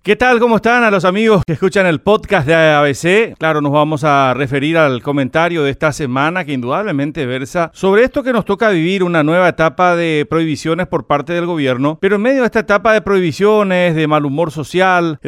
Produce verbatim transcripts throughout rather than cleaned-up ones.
¿Qué tal? ¿Cómo están a los amigos que escuchan el podcast de A B C? Claro, nos vamos a referir al comentario de esta semana que indudablemente versa sobre esto que nos toca vivir, una nueva etapa de prohibiciones por parte del gobierno, pero en medio de esta etapa de prohibiciones, de mal humor social,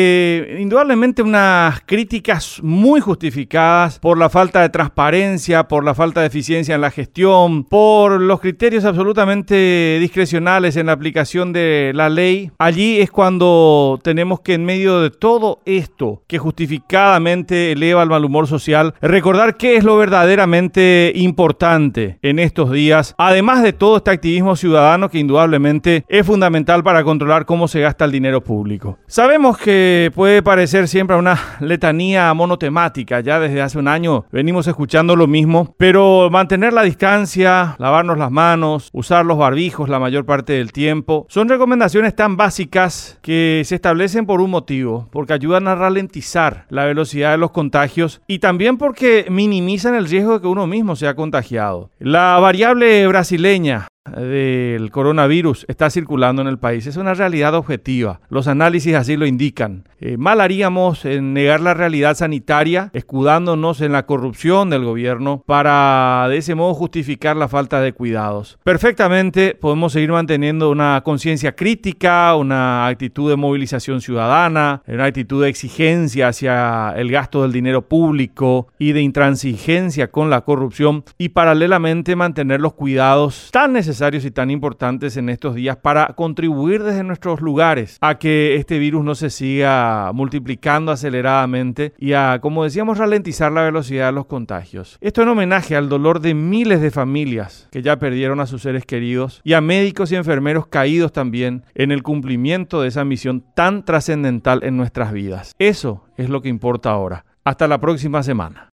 de indudablemente unas críticas muy justificadas por la falta de transparencia, por la falta de eficiencia en la gestión, por los criterios absolutamente discrecionales en la aplicación de la ley. Allí es cuando tenemos que en medio de todo esto que justificadamente eleva el mal humor social, recordar qué es lo verdaderamente importante en estos días, además de todo este activismo ciudadano que indudablemente es fundamental para controlar cómo se gasta el dinero público. Sabemos que puede parecer siempre una letanía monotemática, ya desde hace un año venimos escuchando lo mismo, pero mantener la distancia, lavarnos las manos, usar los barbijos la mayor parte del tiempo, son recomendaciones tan básicas que se establecen por un motivo, porque ayudan a ralentizar la velocidad de los contagios y también porque minimizan el riesgo de que uno mismo sea contagiado. La variable brasileña del coronavirus está circulando en el país. Es una realidad objetiva. Los análisis así lo indican. Eh, mal haríamos en negar la realidad sanitaria, escudándonos en la corrupción del gobierno para de ese modo justificar la falta de cuidados. Perfectamente podemos seguir manteniendo una conciencia crítica, una actitud de movilización ciudadana, una actitud de exigencia hacia el gasto del dinero público y de intransigencia con la corrupción y paralelamente mantener los cuidados tan necesarios y tan importantes en estos días para contribuir desde nuestros lugares a que este virus no se siga multiplicando aceleradamente y a, como decíamos, ralentizar la velocidad de los contagios. Esto en homenaje al dolor de miles de familias que ya perdieron a sus seres queridos y a médicos y enfermeros caídos también en el cumplimiento de esa misión tan trascendental en nuestras vidas. Eso es lo que importa ahora. Hasta la próxima semana.